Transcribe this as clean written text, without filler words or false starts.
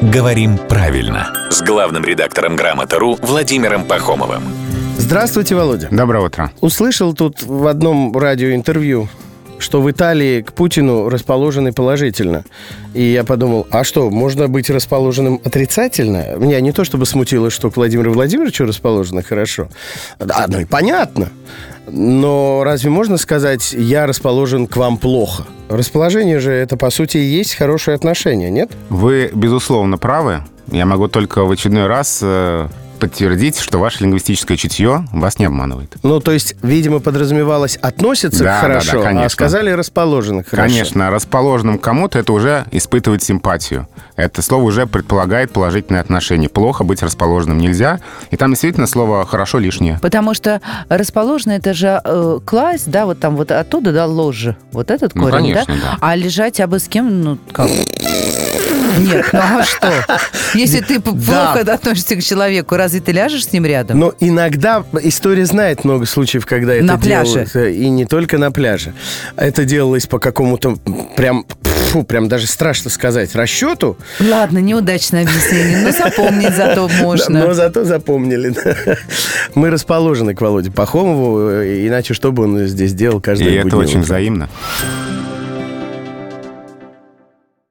«Говорим правильно» с главным редактором «Грамота.ру» Владимиром Пахомовым. Здравствуйте, Володя. Доброе утро. Услышал тут в одном радиоинтервью, что в Италии к Путину расположены положительно. И я подумал, а что, можно быть расположенным отрицательно? Меня не то чтобы смутило, что к Владимиру Владимировичу расположено хорошо. Да, ну и понятно. Но разве можно сказать, я расположен к вам плохо? Расположение же это, по сути, и есть хорошие отношения, нет? Вы, безусловно, правы. Я могу только в очередной раз подтвердить, что ваше лингвистическое чутье вас не обманывает. Ну, то есть, видимо, подразумевалось относится хорошо, конечно. А сказали расположено хорошо. Конечно, расположенным к кому-то это уже испытывать симпатию. Это слово уже предполагает положительное отношение. Плохо быть расположенным нельзя. И там действительно слово «хорошо» лишнее. Потому что расположено это же класть, да, вот там вот оттуда, да, ложь. Вот этот корень, конечно, да? да. А лежать абы с кем, ну, как... Нет, ну а что? Если ты плохо относишься к человеку, разве ты ляжешь с ним рядом? Но иногда история знает много случаев, когда это делалось. И не только на пляже. Это делалось по какому-то прям даже страшно сказать, расчету. Ладно, неудачное объяснение, но запомнить зато можно. Но зато запомнили. Мы расположены к Володе Пахомову, иначе что бы он здесь делал каждый будний И это очень утро. взаимно.